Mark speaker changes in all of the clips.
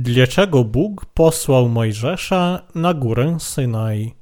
Speaker 1: Dlaczego Bóg posłał Mojżesza na górę Synaj?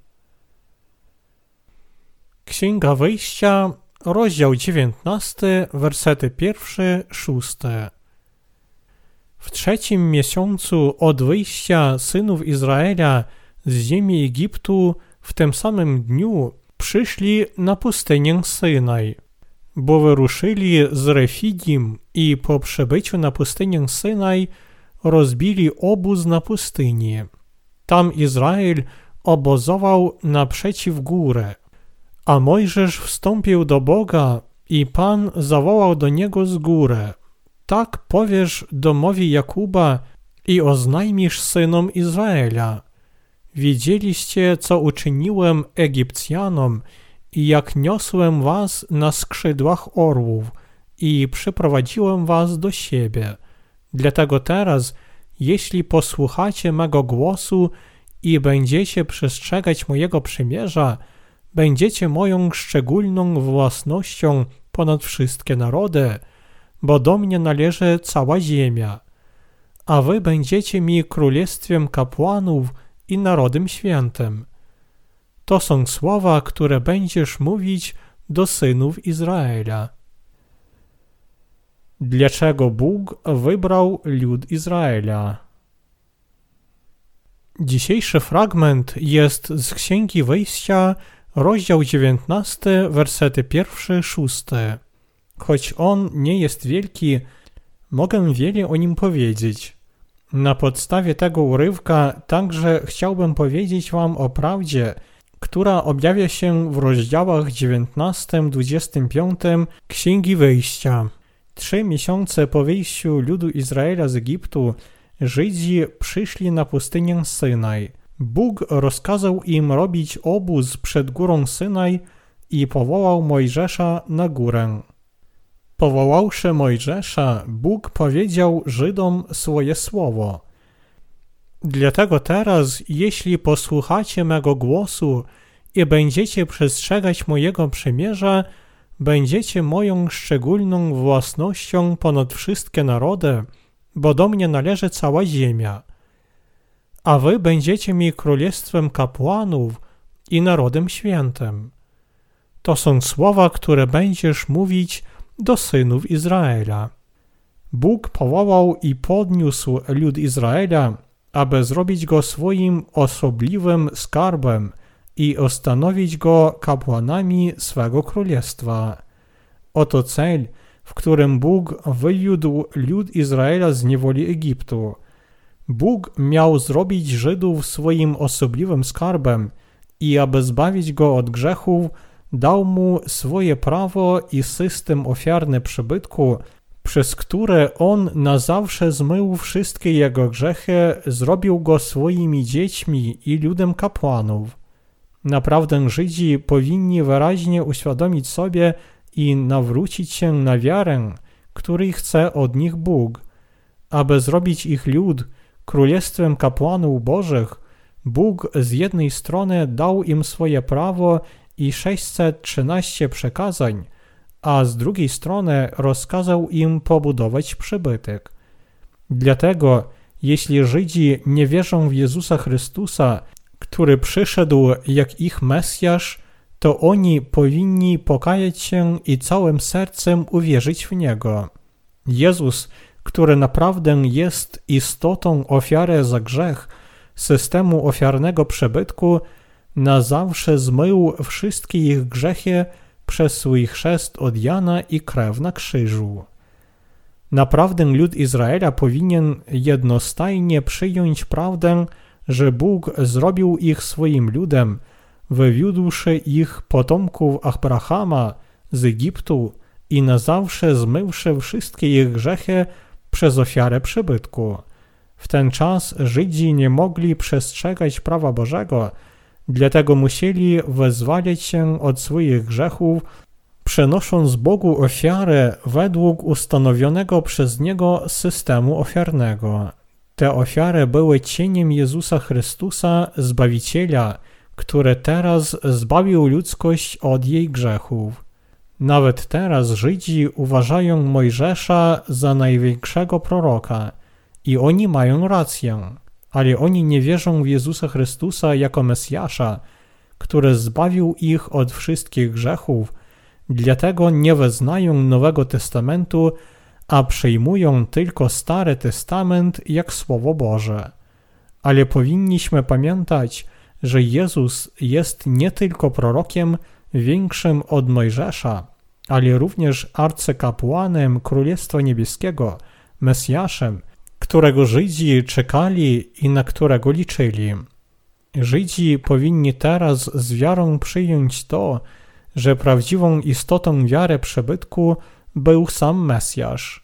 Speaker 1: Księga Wyjścia, rozdział 19, wersety 1-6. W 3. miesiącu od wyjścia synów Izraela z ziemi Egiptu w tym samym dniu przyszli na pustynię Synaj, bo wyruszyli z Refidim i po przybyciu na pustynię Synaj rozbili obóz na pustyni. Tam Izrael obozował naprzeciw góry, a Mojżesz wstąpił do Boga i Pan zawołał do niego z góry: tak powiesz domowi Jakuba i oznajmisz synom Izraela: widzieliście, co uczyniłem Egipcjanom i jak niosłem was na skrzydłach orłów i przyprowadziłem was do siebie. Dlatego teraz, jeśli posłuchacie mego głosu i będziecie przestrzegać mojego przymierza, będziecie moją szczególną własnością ponad wszystkie narody, bo do mnie należy cała ziemia, a wy będziecie mi królestwem kapłanów i narodem świętym. To są słowa, które będziesz mówić do synów Izraela. Dlaczego Bóg wybrał lud Izraela? Dzisiejszy fragment jest z Księgi Wyjścia, rozdział 19, wersety 1-6. Choć on nie jest wielki, mogę wiele o nim powiedzieć. Na podstawie tego urywka także chciałbym powiedzieć wam o prawdzie, która objawia się w rozdziałach 19-25 Księgi Wyjścia. 3 miesiące po wyjściu ludu Izraela z Egiptu Żydzi przyszli na pustynię Synaj. Bóg rozkazał im robić obóz przed górą Synaj i powołał Mojżesza na górę. Powoławszy Mojżesza, Bóg powiedział Żydom swoje słowo: dlatego teraz, jeśli posłuchacie mego głosu i będziecie przestrzegać mojego przymierza, będziecie moją szczególną własnością ponad wszystkie narody, bo do mnie należy cała ziemia. A wy będziecie mi królestwem kapłanów i narodem świętym. To są słowa, które będziesz mówić do synów Izraela. Bóg powołał i podniósł lud Izraela, aby zrobić go swoim osobliwym skarbem i ustanowić go kapłanami swego królestwa. Oto cel, w którym Bóg wywiódł lud Izraela z niewoli Egiptu. Bóg miał zrobić Żydów swoim osobliwym skarbem i aby zbawić go od grzechów, dał mu swoje prawo i system ofiarny przybytku, przez które on na zawsze zmył wszystkie jego grzechy, zrobił go swoimi dziećmi i ludem kapłanów. Naprawdę Żydzi powinni wyraźnie uświadomić sobie i nawrócić się na wiarę, której chce od nich Bóg. Aby zrobić ich lud królestwem kapłanów bożych, Bóg z jednej strony dał im swoje prawo i 613 przekazań, a z drugiej strony rozkazał im pobudować przybytek. Dlatego, jeśli Żydzi nie wierzą w Jezusa Chrystusa, który przyszedł jak ich Mesjasz, to oni powinni pokajać się i całym sercem uwierzyć w Niego. Jezus, który naprawdę jest istotą ofiary za grzech, systemu ofiarnego przybytku, na zawsze zmył wszystkie ich grzechy przez swój chrzest od Jana i krew na krzyżu. Naprawdę lud Izraela powinien jednostajnie przyjąć prawdę, że Bóg zrobił ich swoim ludem, wywiódłszy ich potomków Abrahama z Egiptu i na zawsze zmywszy wszystkie ich grzechy przez ofiarę przybytku. W ten czas Żydzi nie mogli przestrzegać prawa Bożego, dlatego musieli wyzwalać się od swoich grzechów, przynosząc Bogu ofiarę według ustanowionego przez Niego systemu ofiarnego. Te ofiary były cieniem Jezusa Chrystusa, Zbawiciela, który teraz zbawił ludzkość od jej grzechów. Nawet teraz Żydzi uważają Mojżesza za największego proroka I oni mają rację, ale oni nie wierzą w Jezusa Chrystusa jako Mesjasza, który zbawił ich od wszystkich grzechów, dlatego nie wyznają Nowego Testamentu, a przyjmują tylko Stary Testament jak Słowo Boże. Ale powinniśmy pamiętać, że Jezus jest nie tylko prorokiem większym od Mojżesza, ale również arcykapłanem Królestwa Niebieskiego, Mesjaszem, którego Żydzi czekali i na którego liczyli. Żydzi powinni teraz z wiarą przyjąć to, że prawdziwą istotą wiary przybytku był sam Mesjasz.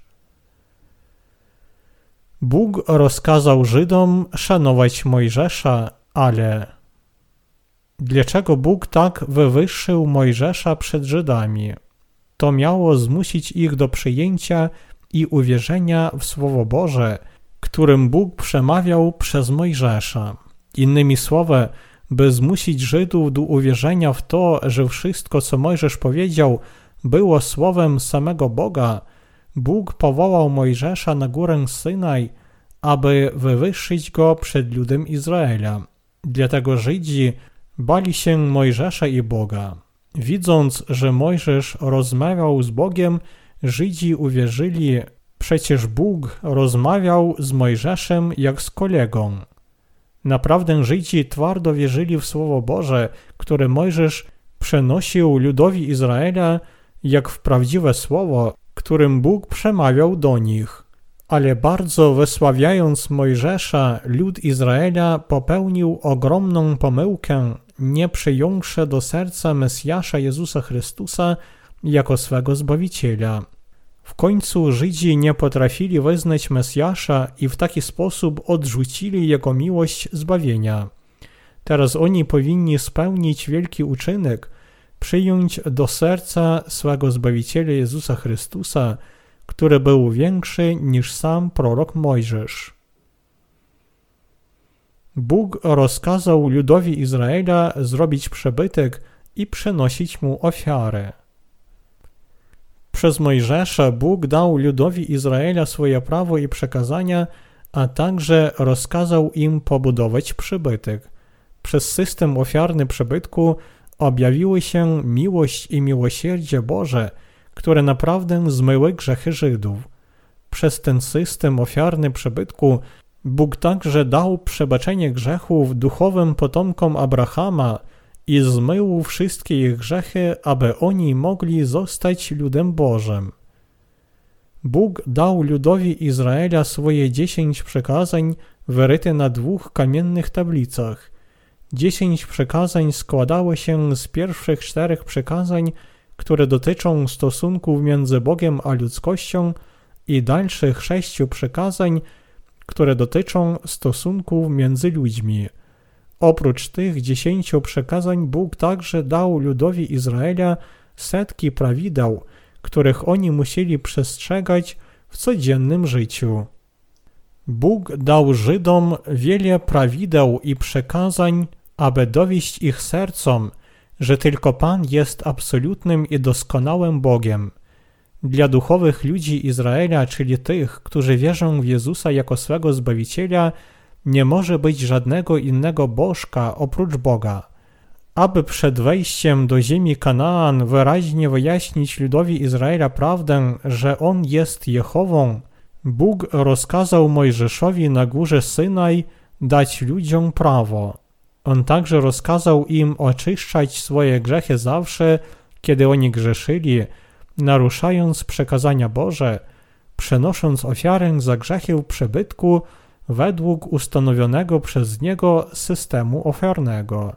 Speaker 1: Bóg rozkazał Żydom szanować Mojżesza, ale dlaczego Bóg tak wywyższył Mojżesza przed Żydami? To miało zmusić ich do przyjęcia i uwierzenia w Słowo Boże, którym Bóg przemawiał przez Mojżesza. Innymi słowy, by zmusić Żydów do uwierzenia w to, że wszystko, co Mojżesz powiedział, było słowem samego Boga, Bóg powołał Mojżesza na górę Synaj, aby wywyższyć go przed ludem Izraela. Dlatego Żydzi bali się Mojżesza i Boga. Widząc, że Mojżesz rozmawiał z Bogiem, Żydzi uwierzyli, przecież Bóg rozmawiał z Mojżeszem jak z kolegą. Naprawdę Żydzi twardo wierzyli w Słowo Boże, które Mojżesz przenosił ludowi Izraela jak w prawdziwe słowo, którym Bóg przemawiał do nich. Ale bardzo wysławiając Mojżesza, lud Izraela popełnił ogromną pomyłkę, nie przyjąwszy do serca Mesjasza Jezusa Chrystusa jako swego Zbawiciela. W końcu Żydzi nie potrafili wyznać Mesjasza i w taki sposób odrzucili Jego miłość zbawienia. Teraz oni powinni spełnić wielki uczynek, przyjąć do serca swego Zbawiciela Jezusa Chrystusa, który był większy niż sam prorok Mojżesz. Bóg rozkazał ludowi Izraela zrobić przybytek i przynosić mu ofiary. Przez Mojżesza Bóg dał ludowi Izraela swoje prawo i przekazania, a także rozkazał im pobudować przybytek. Przez system ofiarny przybytku objawiły się miłość i miłosierdzie Boże, które naprawdę zmyły grzechy Żydów. Przez ten system ofiarny przybytku Bóg także dał przebaczenie grzechów duchowym potomkom Abrahama i zmył wszystkie ich grzechy, aby oni mogli zostać ludem Bożym. Bóg dał ludowi Izraela swoje 10 przykazań wyryte na 2 kamiennych tablicach. 10 przykazań składało się z pierwszych 4 przykazań, które dotyczą stosunków między Bogiem a ludzkością, i dalszych 6 przykazań, które dotyczą stosunków między ludźmi. Oprócz tych 10 przykazań Bóg także dał ludowi Izraela setki prawideł, których oni musieli przestrzegać w codziennym życiu. Bóg dał Żydom wiele prawideł i przykazań, aby dowieść ich sercom, że tylko Pan jest absolutnym i doskonałym Bogiem. Dla duchowych ludzi Izraela, czyli tych, którzy wierzą w Jezusa jako swego Zbawiciela, nie może być żadnego innego bożka oprócz Boga. Aby przed wejściem do ziemi Kanaan wyraźnie wyjaśnić ludowi Izraela prawdę, że On jest Jehową, Bóg rozkazał Mojżeszowi na górze Synaj dać ludziom prawo. On także rozkazał im oczyszczać swoje grzechy zawsze, kiedy oni grzeszyli, naruszając przekazania Boże, przenosząc ofiarę za grzechy w przybytku według ustanowionego przez Niego systemu ofiarnego.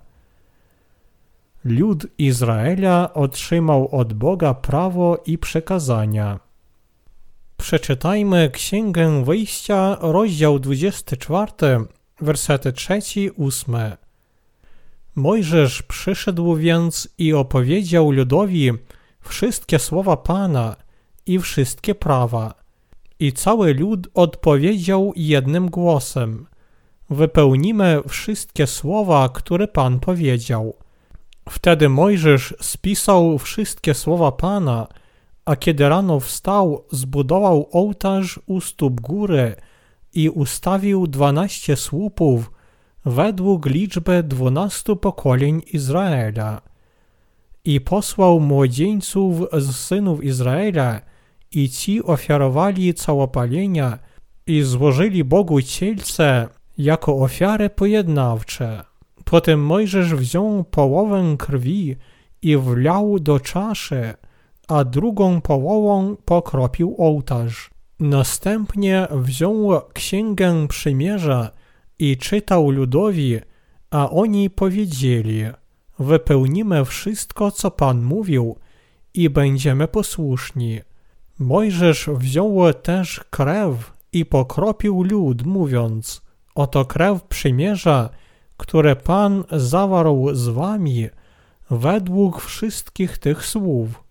Speaker 1: Lud Izraela otrzymał od Boga prawo i przekazania. Przeczytajmy Księgę Wyjścia, rozdział 24, wersety 3-8. Mojżesz przyszedł więc i opowiedział ludowi wszystkie słowa Pana i wszystkie prawa. I cały lud odpowiedział jednym głosem: wypełnimy wszystkie słowa, które Pan powiedział. Wtedy Mojżesz spisał wszystkie słowa Pana, a kiedy rano wstał, zbudował ołtarz u stóp góry, i ustawił 12 słupów według liczby 12 pokoleń Izraela. I posłał młodzieńców z synów Izraela, i ci ofiarowali całopalenia i złożyli Bogu cielce jako ofiary pojednawcze. Potem Mojżesz wziął połowę krwi i wlał do czaszy, a drugą połową pokropił ołtarz. Następnie wziął Księgę Przymierza i czytał ludowi, a oni powiedzieli: wypełnimy wszystko, co Pan mówił, i będziemy posłuszni. Mojżesz wziął też krew i pokropił lud, mówiąc: oto krew przymierza, które Pan zawarł z wami według wszystkich tych słów.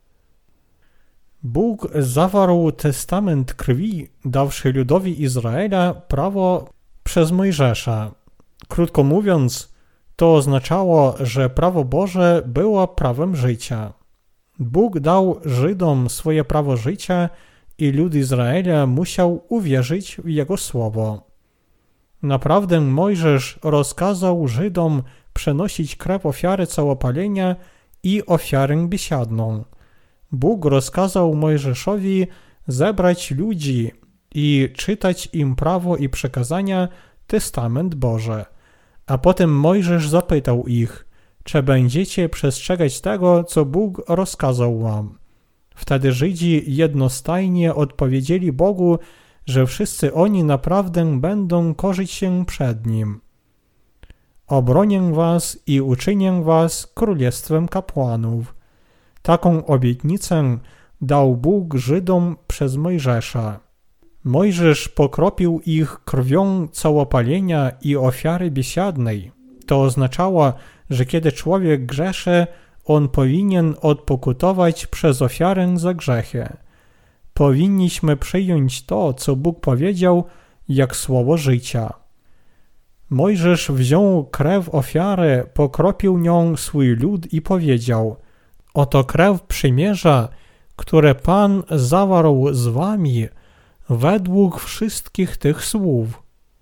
Speaker 1: Bóg zawarł testament krwi, dawszy ludowi Izraela prawo przez Mojżesza. Krótko mówiąc, to oznaczało, że prawo Boże było prawem życia. Bóg dał Żydom swoje prawo życia i lud Izraela musiał uwierzyć w Jego słowo. Naprawdę Mojżesz rozkazał Żydom przenosić krew ofiary całopalenia i ofiarę biesiadną. Bóg rozkazał Mojżeszowi zebrać ludzi i czytać im prawo i przekazania, testament Boży. A potem Mojżesz zapytał ich: czy będziecie przestrzegać tego, co Bóg rozkazał wam? Wtedy Żydzi jednostajnie odpowiedzieli Bogu, że wszyscy oni naprawdę będą korzyć się przed Nim. Obronię was i uczynię was królestwem kapłanów. Taką obietnicę dał Bóg Żydom przez Mojżesza. Mojżesz pokropił ich krwią całopalenia i ofiary biesiadnej. To oznaczało, że kiedy człowiek grzeszy, on powinien odpokutować przez ofiarę za grzechy. Powinniśmy przyjąć to, co Bóg powiedział, jak słowo życia. Mojżesz wziął krew ofiary, pokropił nią swój lud i powiedział: oto krew przymierza, które Pan zawarł z wami według wszystkich tych słów.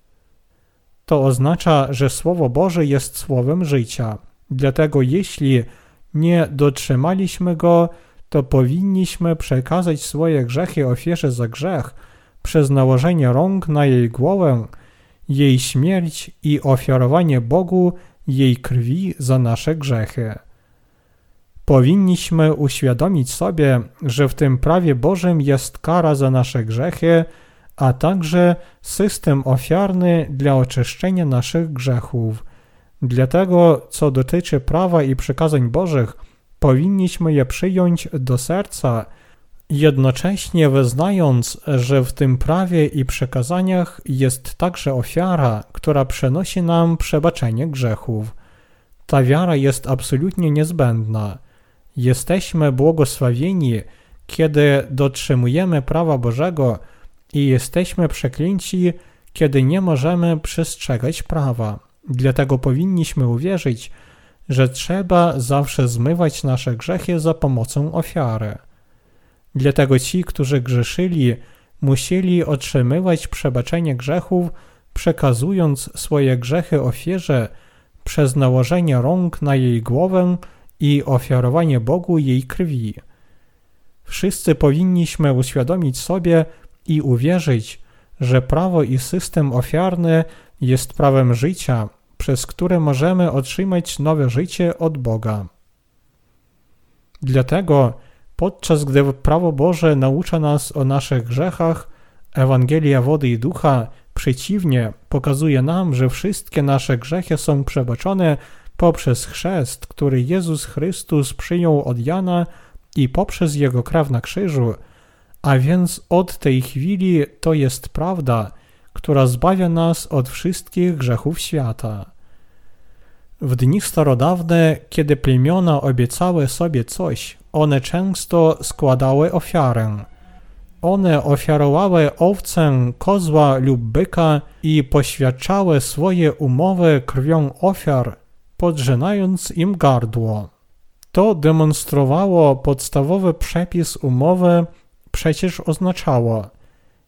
Speaker 1: To oznacza, że Słowo Boże jest słowem życia. Dlatego jeśli nie dotrzymaliśmy go, to powinniśmy przekazać swoje grzechy ofierze za grzech przez nałożenie rąk na jej głowę, jej śmierć i ofiarowanie Bogu jej krwi za nasze grzechy. Powinniśmy uświadomić sobie, że w tym prawie Bożym jest kara za nasze grzechy, a także system ofiarny dla oczyszczenia naszych grzechów. Dlatego, co dotyczy prawa i przykazań Bożych, powinniśmy je przyjąć do serca, jednocześnie wyznając, że w tym prawie i przekazaniach jest także ofiara, która przynosi nam przebaczenie grzechów. Ta wiara jest absolutnie niezbędna. Jesteśmy błogosławieni, kiedy dotrzymujemy prawa Bożego i jesteśmy przeklęci, kiedy nie możemy przestrzegać prawa. Dlatego powinniśmy uwierzyć, że trzeba zawsze zmywać nasze grzechy za pomocą ofiary. Dlatego ci, którzy grzeszyli, musieli otrzymywać przebaczenie grzechów, przekazując swoje grzechy ofierze przez nałożenie rąk na jej głowę i ofiarowanie Bogu jej krwi. Wszyscy powinniśmy uświadomić sobie i uwierzyć, że prawo i system ofiarny jest prawem życia, przez które możemy otrzymać nowe życie od Boga. Dlatego, podczas gdy prawo Boże naucza nas o naszych grzechach, Ewangelia Wody i Ducha przeciwnie pokazuje nam, że wszystkie nasze grzechy są przebaczone poprzez chrzest, który Jezus Chrystus przyjął od Jana i poprzez Jego krew na krzyżu, a więc od tej chwili to jest prawda, która zbawia nas od wszystkich grzechów świata. W dni starodawne, kiedy plemiona obiecały sobie coś, one często składały ofiarę. One ofiarowały owcę, kozła lub byka i poświadczały swoje umowy krwią ofiar, podrzynając im gardło. To demonstrowało podstawowy przepis umowy, przecież oznaczało: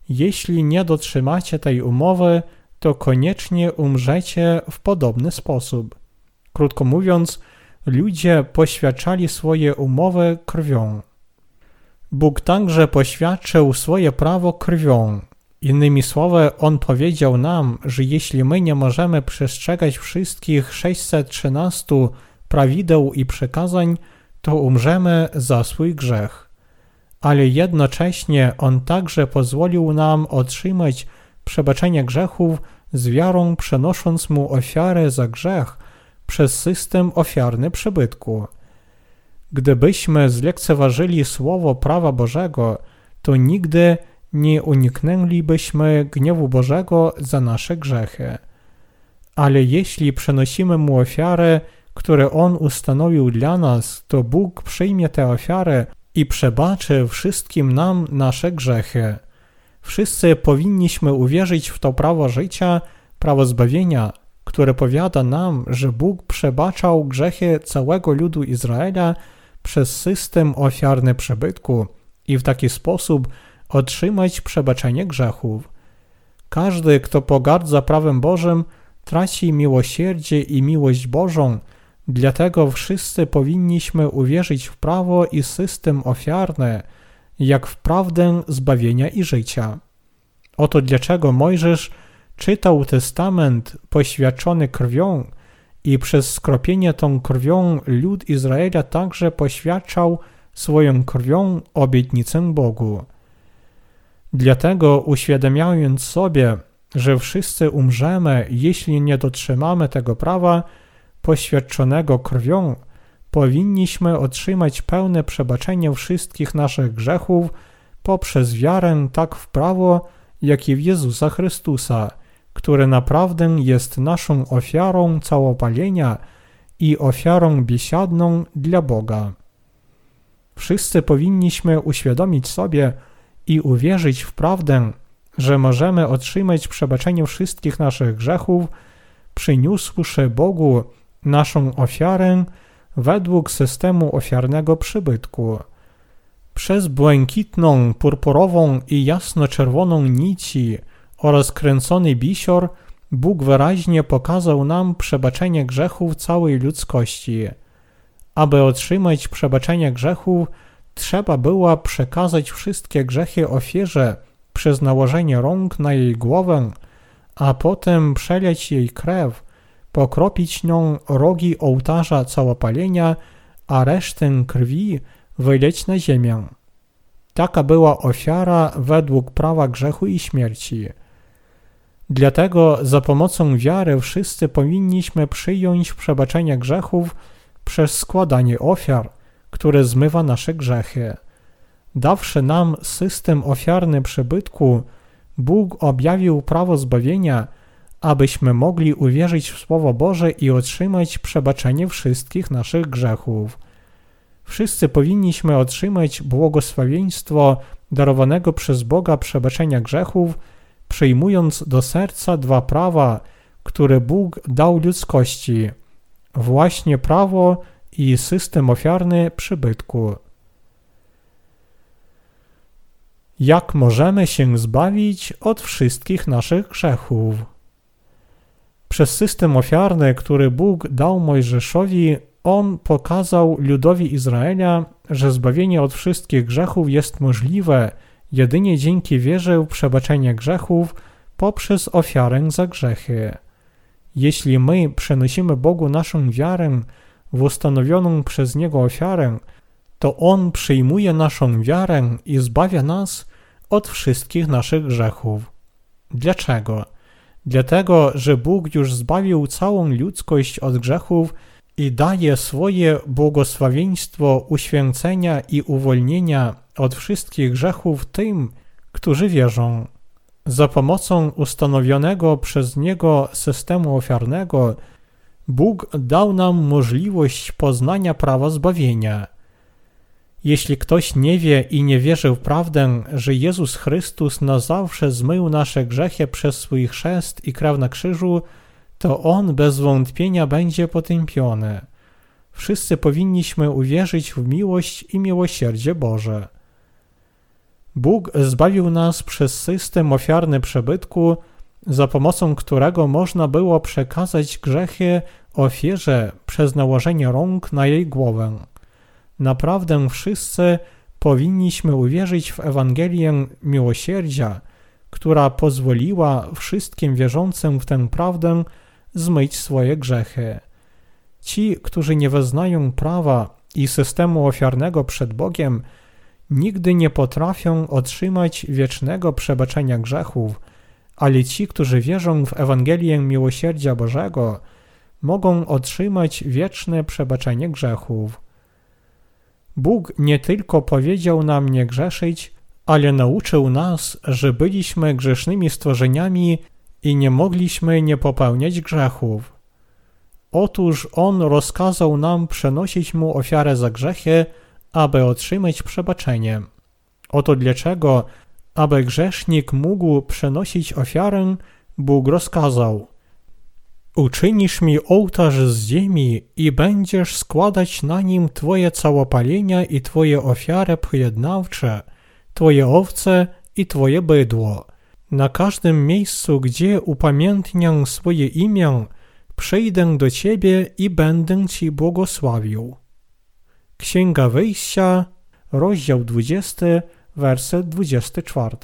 Speaker 1: Jeśli nie dotrzymacie tej umowy, to koniecznie umrzecie w podobny sposób. Krótko mówiąc, ludzie poświadczali swoje umowy krwią. Bóg także poświadczył swoje prawo krwią. Innymi słowy, On powiedział nam, że jeśli my nie możemy przestrzegać wszystkich 613 prawideł i przykazań, to umrzemy za swój grzech. Ale jednocześnie On także pozwolił nam otrzymać przebaczenie grzechów z wiarą, przenosząc Mu ofiarę za grzech przez system ofiarny przybytku. Gdybyśmy zlekceważyli słowo prawa Bożego, to nigdy nie uniknęlibyśmy gniewu Bożego za nasze grzechy. Ale jeśli przenosimy Mu ofiarę, które On ustanowił dla nas, to Bóg przyjmie tę ofiarę i przebaczy wszystkim nam nasze grzechy. Wszyscy powinniśmy uwierzyć w to prawo życia, prawo zbawienia, które powiada nam, że Bóg przebaczał grzechy całego ludu Izraela przez system ofiarny przybytku i w taki sposób otrzymać przebaczenie grzechów. Każdy, kto pogardza prawem Bożym, traci miłosierdzie i miłość Bożą, dlatego wszyscy powinniśmy uwierzyć w prawo i system ofiarny, jak w prawdę zbawienia i życia. Oto dlaczego Mojżesz czytał testament poświadczony krwią i przez skropienie tą krwią lud Izraela także poświadczał swoją krwią obietnicę Bogu. Dlatego uświadamiając sobie, że wszyscy umrzemy, jeśli nie dotrzymamy tego prawa poświadczonego krwią, powinniśmy otrzymać pełne przebaczenie wszystkich naszych grzechów poprzez wiarę tak w prawo, jak i w Jezusa Chrystusa, który naprawdę jest naszą ofiarą całopalenia i ofiarą biesiadną dla Boga. Wszyscy powinniśmy uświadomić sobie i uwierzyć w prawdę, że możemy otrzymać przebaczenie wszystkich naszych grzechów, przyniósłszy Bogu naszą ofiarę według systemu ofiarnego przybytku. Przez błękitną, purpurową i jasno-czerwoną nici oraz kręcony bisior Bóg wyraźnie pokazał nam przebaczenie grzechów całej ludzkości. Aby otrzymać przebaczenie grzechów, trzeba było przekazać wszystkie grzechy ofierze przez nałożenie rąk na jej głowę, a potem przelać jej krew, pokropić nią rogi ołtarza całopalenia, a resztę krwi wyleć na ziemię. Taka była ofiara według prawa grzechu i śmierci. Dlatego za pomocą wiary wszyscy powinniśmy przyjąć przebaczenie grzechów przez składanie ofiar, które zmywa nasze grzechy. Dawszy nam system ofiarny przybytku, Bóg objawił prawo zbawienia, abyśmy mogli uwierzyć w Słowo Boże i otrzymać przebaczenie wszystkich naszych grzechów. Wszyscy powinniśmy otrzymać błogosławieństwo darowanego przez Boga przebaczenia grzechów, przyjmując do serca dwa prawa, które Bóg dał ludzkości, właśnie prawo i system ofiarny przybytku. Jak możemy się zbawić od wszystkich naszych grzechów? Przez system ofiarny, który Bóg dał Mojżeszowi, On pokazał ludowi Izraela, że zbawienie od wszystkich grzechów jest możliwe jedynie dzięki wierze w przebaczenie grzechów poprzez ofiarę za grzechy. Jeśli my przenosimy Bogu naszą wiarę w ustanowioną przez Niego ofiarę, to On przyjmuje naszą wiarę i zbawia nas od wszystkich naszych grzechów. Dlaczego? Dlatego, że Bóg już zbawił całą ludzkość od grzechów i daje swoje błogosławieństwo uświęcenia i uwolnienia od wszystkich grzechów tym, którzy wierzą. Za pomocą ustanowionego przez Niego systemu ofiarnego Bóg dał nam możliwość poznania prawa zbawienia. Jeśli ktoś nie wie i nie wierzy w prawdę, że Jezus Chrystus na zawsze zmył nasze grzechy przez swój chrzest i krew na krzyżu, to on bez wątpienia będzie potępiony. Wszyscy powinniśmy uwierzyć w miłość i miłosierdzie Boże. Bóg zbawił nas przez system ofiarny przybytku, za pomocą którego można było przekazać grzechy ofierze przez nałożenie rąk na jej głowę. Naprawdę wszyscy powinniśmy uwierzyć w Ewangelię miłosierdzia, która pozwoliła wszystkim wierzącym w tę prawdę zmyć swoje grzechy. Ci, którzy nie wyznają prawa i systemu ofiarnego przed Bogiem, nigdy nie potrafią otrzymać wiecznego przebaczenia grzechów, ale ci, którzy wierzą w Ewangelię miłosierdzia Bożego, mogą otrzymać wieczne przebaczenie grzechów. Bóg nie tylko powiedział nam nie grzeszyć, ale nauczył nas, że byliśmy grzesznymi stworzeniami i nie mogliśmy nie popełniać grzechów. Otóż On rozkazał nam przenosić Mu ofiarę za grzechy, aby otrzymać przebaczenie. Oto dlaczego, aby grzesznik mógł przenosić ofiarę, Bóg rozkazał: uczynisz mi ołtarz z ziemi i będziesz składać na nim Twoje całopalenia i Twoje ofiary pojednawcze, Twoje owce i Twoje bydło. Na każdym miejscu, gdzie upamiętnię swoje imię, przyjdę do Ciebie i będę Ci błogosławił. Księga Wyjścia, rozdział 20, werset 24.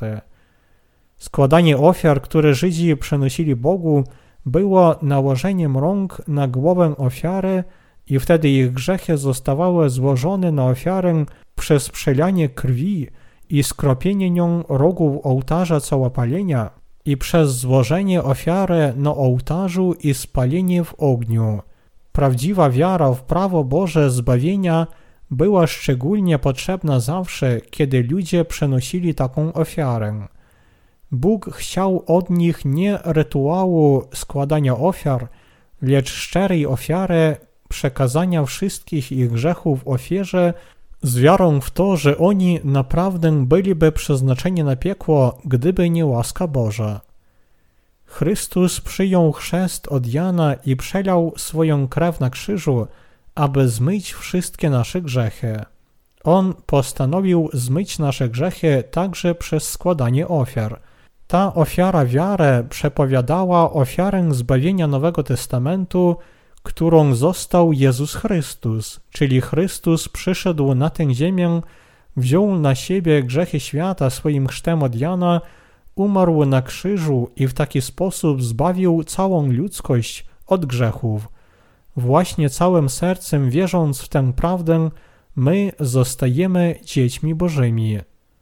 Speaker 1: Składanie ofiar, które Żydzi przenosili Bogu, było nałożeniem rąk na głowę ofiary i wtedy ich grzechy zostawały złożone na ofiarę przez przelanie krwi i skropienie nią rogów ołtarza całopalenia i przez złożenie ofiary na ołtarzu i spalenie w ogniu. Prawdziwa wiara w prawo Boże zbawienia była szczególnie potrzebna zawsze, kiedy ludzie przenosili taką ofiarę. Bóg chciał od nich nie rytuału składania ofiar, lecz szczerej ofiary przekazania wszystkich ich grzechów ofierze z wiarą w to, że oni naprawdę byliby przeznaczeni na piekło, gdyby nie łaska Boża. Chrystus przyjął chrzest od Jana i przelał swoją krew na krzyżu, aby zmyć wszystkie nasze grzechy. On postanowił zmyć nasze grzechy także przez składanie ofiar. Ta ofiara wiary przepowiadała ofiarę zbawienia Nowego Testamentu, którą został Jezus Chrystus, czyli Chrystus przyszedł na tę ziemię, wziął na siebie grzechy świata swoim chrztem od Jana, umarł na krzyżu i w taki sposób zbawił całą ludzkość od grzechów. Właśnie całym sercem wierząc w tę prawdę, my zostajemy dziećmi Bożymi.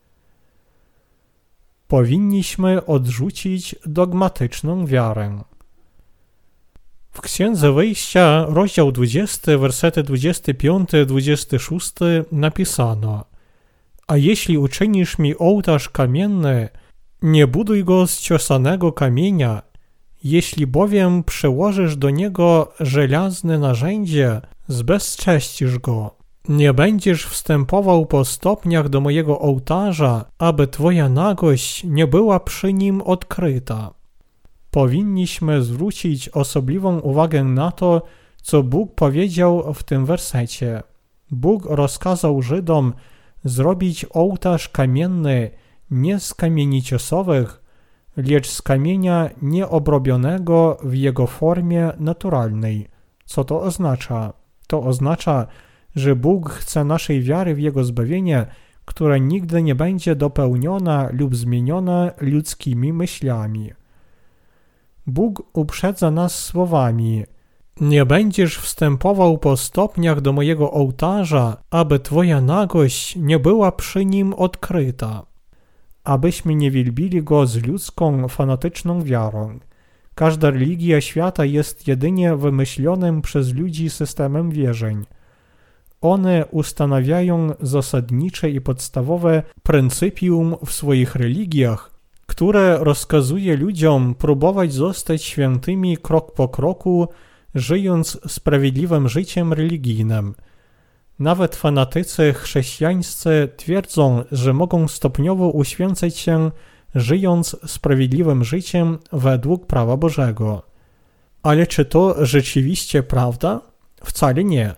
Speaker 1: Powinniśmy odrzucić dogmatyczną wiarę. W Księdze Wyjścia, rozdział 20, wersety 25-26 napisano: a jeśli uczynisz mi ołtarz kamienny, nie buduj go z ciosanego kamienia, jeśli bowiem przyłożysz do niego żelazne narzędzie, zbezcześcisz go. Nie będziesz wstępował po stopniach do mojego ołtarza, aby Twoja nagość nie była przy nim odkryta. Powinniśmy zwrócić osobliwą uwagę na to, co Bóg powiedział w tym wersecie. Bóg rozkazał Żydom zrobić ołtarz kamienny nie z kamieni ciosowych, lecz z kamienia nieobrobionego w jego formie naturalnej. Co to oznacza? To oznacza, że Bóg chce naszej wiary w Jego zbawienie, która nigdy nie będzie dopełniona lub zmieniona ludzkimi myślami. Bóg uprzedza nas słowami: nie będziesz wstępował po stopniach do mojego ołtarza, aby Twoja nagość nie była przy nim odkryta. Abyśmy nie wielbili Go z ludzką, fanatyczną wiarą. Każda religia świata jest jedynie wymyślonym przez ludzi systemem wierzeń. One ustanawiają zasadnicze i podstawowe pryncypium w swoich religiach, które rozkazuje ludziom próbować zostać świętymi krok po kroku, żyjąc sprawiedliwym życiem religijnym. Nawet fanatycy chrześcijańscy twierdzą, że mogą stopniowo uświęcać się, żyjąc sprawiedliwym życiem według prawa Bożego. Ale czy to rzeczywiście prawda? Wcale nie.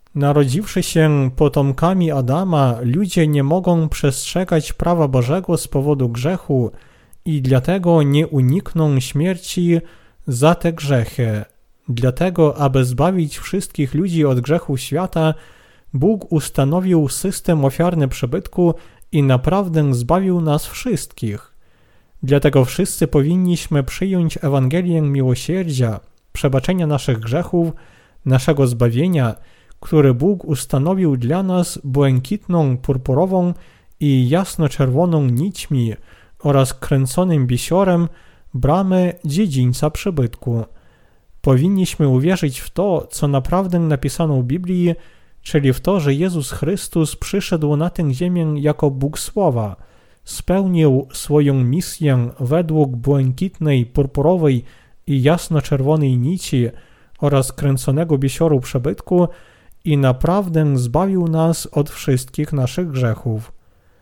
Speaker 1: Narodziwszy się potomkami Adama, ludzie nie mogą przestrzegać prawa Bożego z powodu grzechu i dlatego nie unikną śmierci za te grzechy. Dlatego, aby zbawić wszystkich ludzi od grzechu świata, Bóg ustanowił system ofiarny przybytku i naprawdę zbawił nas wszystkich. Dlatego wszyscy powinniśmy przyjąć Ewangelię miłosierdzia, przebaczenia naszych grzechów, naszego zbawienia, który Bóg ustanowił dla nas błękitną, purpurową i jasno-czerwoną nićmi oraz kręconym bisiorem bramy dziedzińca przybytku. Powinniśmy uwierzyć w to, co naprawdę napisano w Biblii, czyli w to, że Jezus Chrystus przyszedł na tę ziemię jako Bóg Słowa, spełnił swoją misję według błękitnej, purpurowej i jasno-czerwonej nici oraz kręconego bisioru przybytku i naprawdę zbawił nas od wszystkich naszych grzechów.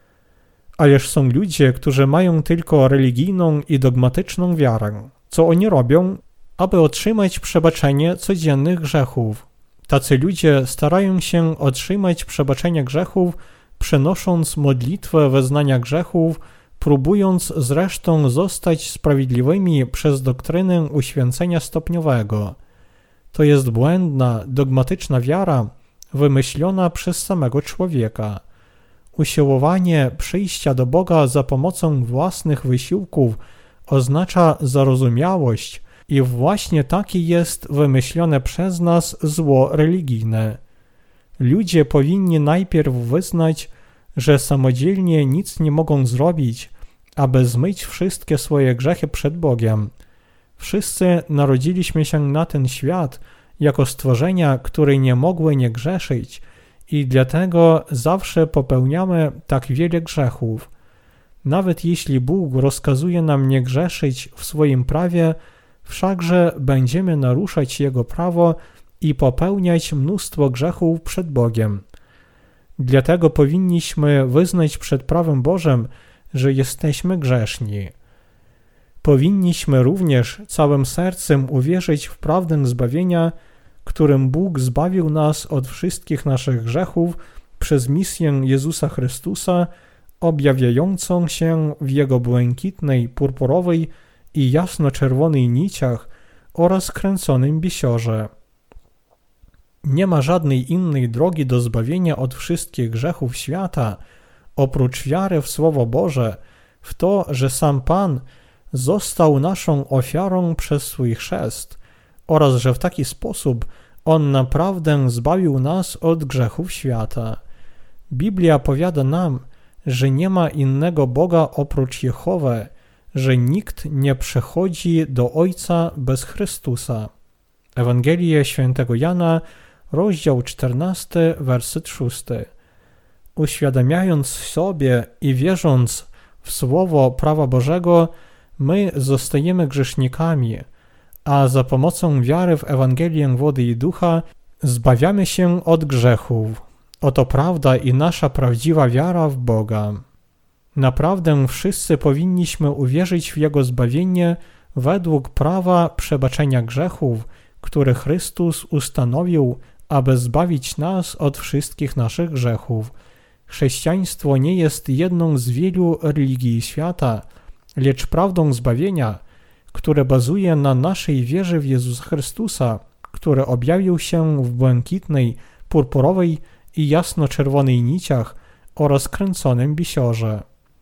Speaker 1: Ależ są ludzie, którzy mają tylko religijną i dogmatyczną wiarę. Co oni robią? Aby otrzymać przebaczenie codziennych grzechów. Tacy ludzie starają się otrzymać przebaczenie grzechów, przenosząc modlitwę wyznania grzechów, próbując zresztą zostać sprawiedliwymi przez doktrynę uświęcenia stopniowego. To jest błędna, dogmatyczna wiara, wymyślona przez samego człowieka. Usiłowanie przyjścia do Boga za pomocą własnych wysiłków oznacza zarozumiałość i właśnie takie jest wymyślone przez nas zło religijne. Ludzie powinni najpierw wyznać, że samodzielnie nic nie mogą zrobić, aby zmyć wszystkie swoje grzechy przed Bogiem. Wszyscy narodziliśmy się na ten świat jako stworzenia, które nie mogły nie grzeszyć i dlatego zawsze popełniamy tak wiele grzechów. Nawet jeśli Bóg rozkazuje nam nie grzeszyć w swoim prawie, wszakże będziemy naruszać Jego prawo i popełniać mnóstwo grzechów przed Bogiem. Dlatego powinniśmy wyznać przed prawem Bożym, że jesteśmy grzeszni. Powinniśmy również całym sercem uwierzyć w prawdę zbawienia, którym Bóg zbawił nas od wszystkich naszych grzechów przez misję Jezusa Chrystusa, objawiającą się w Jego błękitnej, purpurowej i jasno-czerwonej niciach oraz kręconym bisiorze. Nie ma żadnej innej drogi do zbawienia od wszystkich grzechów świata, oprócz wiary w Słowo Boże, w to, że sam Pan został naszą ofiarą przez swój chrzest oraz że w taki sposób On naprawdę zbawił nas od grzechów świata. Biblia powiada nam, że nie ma innego Boga oprócz Jehowy, że nikt nie przychodzi do Ojca bez Chrystusa. Ewangelia Świętego Jana, rozdział 14, werset 6. Uświadamiając sobie i wierząc w Słowo prawa Bożego, my zostajemy grzesznikami, a za pomocą wiary w Ewangelię wody i ducha zbawiamy się od grzechów. Oto prawda i nasza prawdziwa wiara w Boga. Naprawdę wszyscy powinniśmy uwierzyć w Jego zbawienie według prawa przebaczenia grzechów, które Chrystus ustanowił, aby zbawić nas od wszystkich naszych grzechów. Chrześcijaństwo nie jest jedną z wielu religii świata, lecz prawdą zbawienia, które bazuje na naszej wierze w Jezusa Chrystusa, który objawił się w błękitnej, purpurowej i jasno-czerwonej niciach oraz kręconym bisiorze.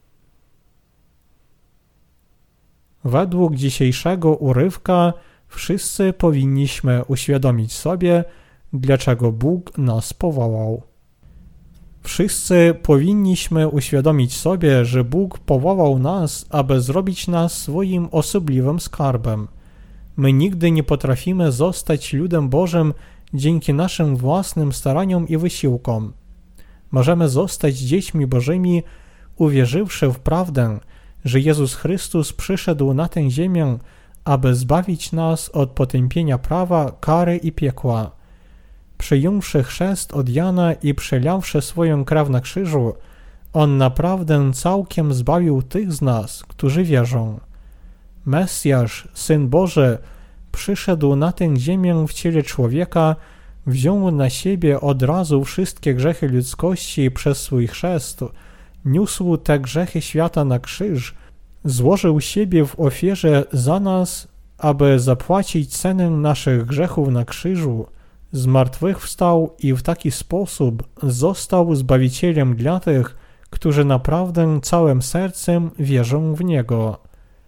Speaker 1: Według dzisiejszego urywka wszyscy powinniśmy uświadomić sobie, dlaczego Bóg nas powołał. Wszyscy powinniśmy uświadomić sobie, że Bóg powołał nas, aby zrobić nas swoim osobliwym skarbem. My nigdy nie potrafimy zostać ludem Bożym dzięki naszym własnym staraniom i wysiłkom. Możemy zostać dziećmi Bożymi, uwierzywszy w prawdę, że Jezus Chrystus przyszedł na tę ziemię, aby zbawić nas od potępienia prawa, kary i piekła. Przyjąwszy chrzest od Jana i przelawszy swoją krew na krzyżu, On naprawdę całkiem zbawił tych z nas, którzy wierzą. Mesjasz, Syn Boży, przyszedł na tę ziemię w ciele człowieka, wziął na siebie od razu wszystkie grzechy ludzkości przez swój chrzest, niósł te grzechy świata na krzyż, złożył siebie w ofierze za nas, aby zapłacić cenę naszych grzechów na krzyżu, zmartwychwstał i w taki sposób został Zbawicielem dla tych, którzy naprawdę całym sercem wierzą w Niego.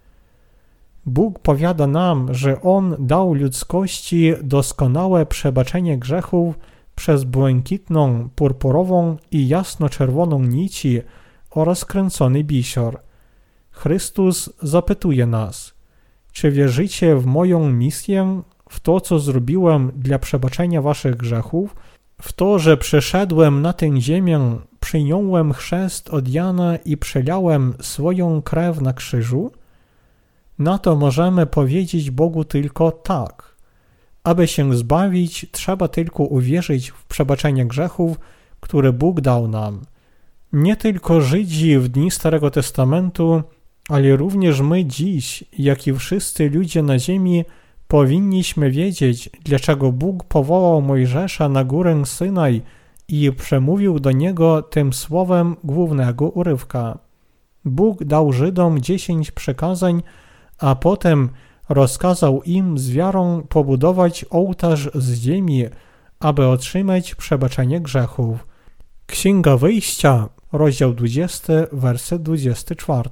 Speaker 1: Bóg powiada nam, że On dał ludzkości doskonałe przebaczenie grzechów przez błękitną, purpurową i jasno-czerwoną nici oraz kręcony bisior. Chrystus zapytuje nas, czy wierzycie w moją misję, w to, co zrobiłem dla przebaczenia waszych grzechów, w to, że przyszedłem na tę ziemię, przyjąłem chrzest od Jana i przelałem swoją krew na krzyżu? Na to możemy powiedzieć Bogu tylko tak. Aby się zbawić, trzeba tylko uwierzyć w przebaczenie grzechów, które Bóg dał nam. Nie tylko Żydzi w dni Starego Testamentu, ale również my dziś, jak i wszyscy ludzie na ziemi, powinniśmy wiedzieć, dlaczego Bóg powołał Mojżesza na górę Synaj i przemówił do niego tym słowem głównego urywka. Bóg dał Żydom 10 przykazań, a potem rozkazał im z wiarą pobudować ołtarz z ziemi, aby otrzymać przebaczenie grzechów. Księga Wyjścia, rozdział 20, werset 24.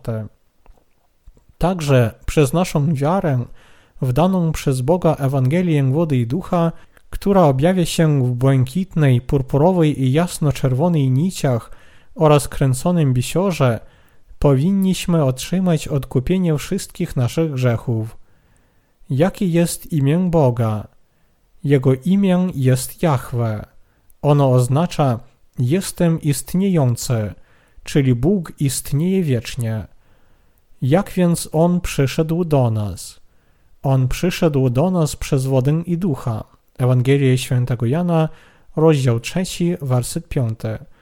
Speaker 1: Także przez naszą wiarę w daną przez Boga Ewangelię wody i ducha, która objawia się w błękitnej, purpurowej i jasno-czerwonej niciach oraz kręconym bisiorze, powinniśmy otrzymać odkupienie wszystkich naszych grzechów. Jakie jest imię Boga? Jego imię jest Jahwe. Ono oznacza jestem istniejący, czyli Bóg istnieje wiecznie. Jak więc On przyszedł do nas? On przyszedł do nas przez wodę i ducha. Ewangelia Świętego Jana, rozdział 3, werset 5.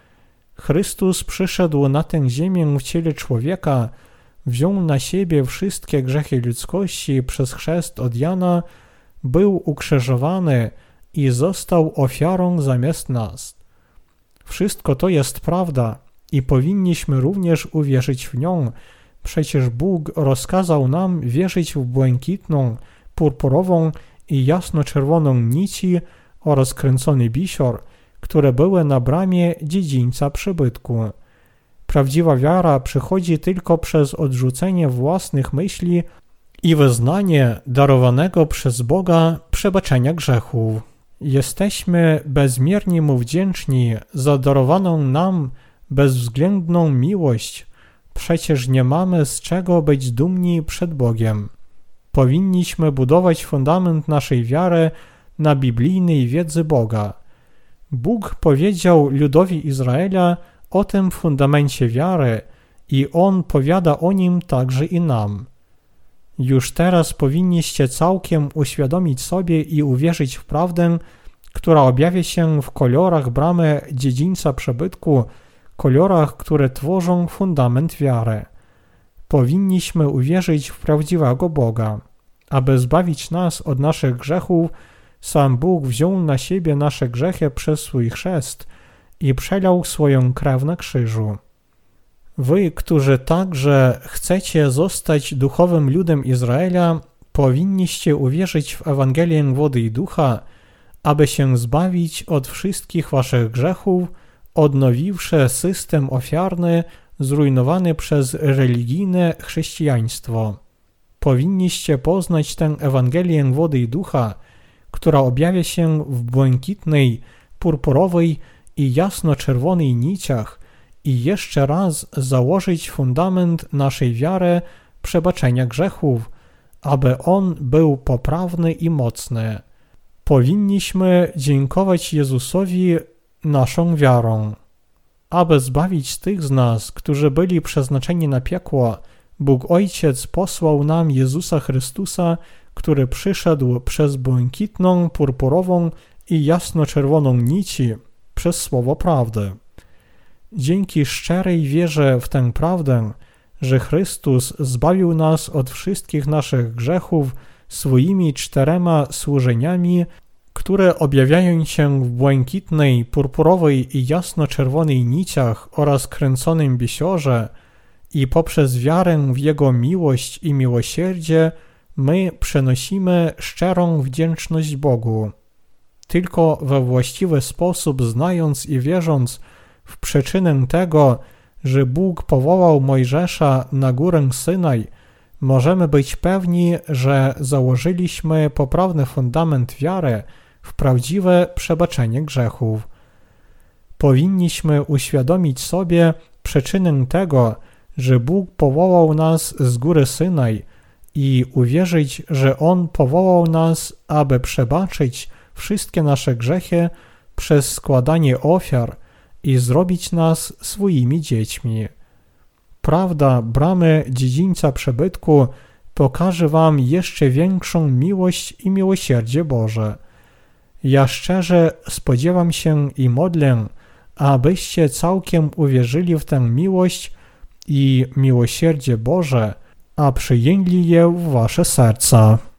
Speaker 1: Chrystus przyszedł na tę ziemię w ciele człowieka, wziął na siebie wszystkie grzechy ludzkości przez chrzest od Jana, był ukrzyżowany i został ofiarą zamiast nas. Wszystko to jest prawda i powinniśmy również uwierzyć w nią. Przecież Bóg rozkazał nam wierzyć w błękitną, purpurową i jasno-czerwoną nici oraz kręcony bisior, które były na bramie dziedzińca przybytku. Prawdziwa wiara przychodzi tylko przez odrzucenie własnych myśli i wyznanie darowanego przez Boga przebaczenia grzechów. Jesteśmy bezmiernie Mu wdzięczni za darowaną nam bezwzględną miłość. Przecież nie mamy z czego być dumni przed Bogiem. Powinniśmy budować fundament naszej wiary na biblijnej wiedzy Boga. Bóg powiedział ludowi Izraela o tym fundamencie wiary i On powiada o nim także i nam. Już teraz powinniście całkiem uświadomić sobie i uwierzyć w prawdę, która objawia się w kolorach bramy dziedzińca przybytku, kolorach, które tworzą fundament wiary. Powinniśmy uwierzyć w prawdziwego Boga. Aby zbawić nas od naszych grzechów, sam Bóg wziął na siebie nasze grzechy przez swój chrzest i przelał swoją krew na krzyżu. Wy, którzy także chcecie zostać duchowym ludem Izraela, powinniście uwierzyć w Ewangelię wody i ducha, aby się zbawić od wszystkich waszych grzechów, odnowiwszy system ofiarny zrujnowany przez religijne chrześcijaństwo. Powinniście poznać tę Ewangelię wody i ducha, która objawia się w błękitnej, purpurowej i jasno-czerwonej niciach i jeszcze raz założyć fundament naszej wiary przebaczenia grzechów, aby on był poprawny i mocny. Powinniśmy dziękować Jezusowi naszą wiarą. Aby zbawić tych z nas, którzy byli przeznaczeni na piekło, Bóg Ojciec posłał nam Jezusa Chrystusa, który przyszedł przez błękitną, purpurową i jasno-czerwoną nici przez słowo prawdy. Dzięki szczerej wierze w tę prawdę, że Chrystus zbawił nas od wszystkich naszych grzechów swoimi 4 służeniami, które objawiają się w błękitnej, purpurowej i jasno-czerwonej niciach oraz kręconym bisiorze i poprzez wiarę w Jego miłość i miłosierdzie my przenosimy szczerą wdzięczność Bogu. Tylko we właściwy sposób znając i wierząc w przyczynę tego, że Bóg powołał Mojżesza na górę Synaj, możemy być pewni, że założyliśmy poprawny fundament wiary w prawdziwe przebaczenie grzechów. Powinniśmy uświadomić sobie przyczynę tego, że Bóg powołał nas z góry Synaj i uwierzyć, że On powołał nas, aby przebaczyć wszystkie nasze grzechy przez składanie ofiar i zrobić nas swoimi dziećmi. Prawda bramy dziedzińca przybytku pokaże wam jeszcze większą miłość i miłosierdzie Boże. Ja szczerze spodziewam się i modlę, abyście całkiem uwierzyli w tę miłość i miłosierdzie Boże, a przyjęli je w wasze serca.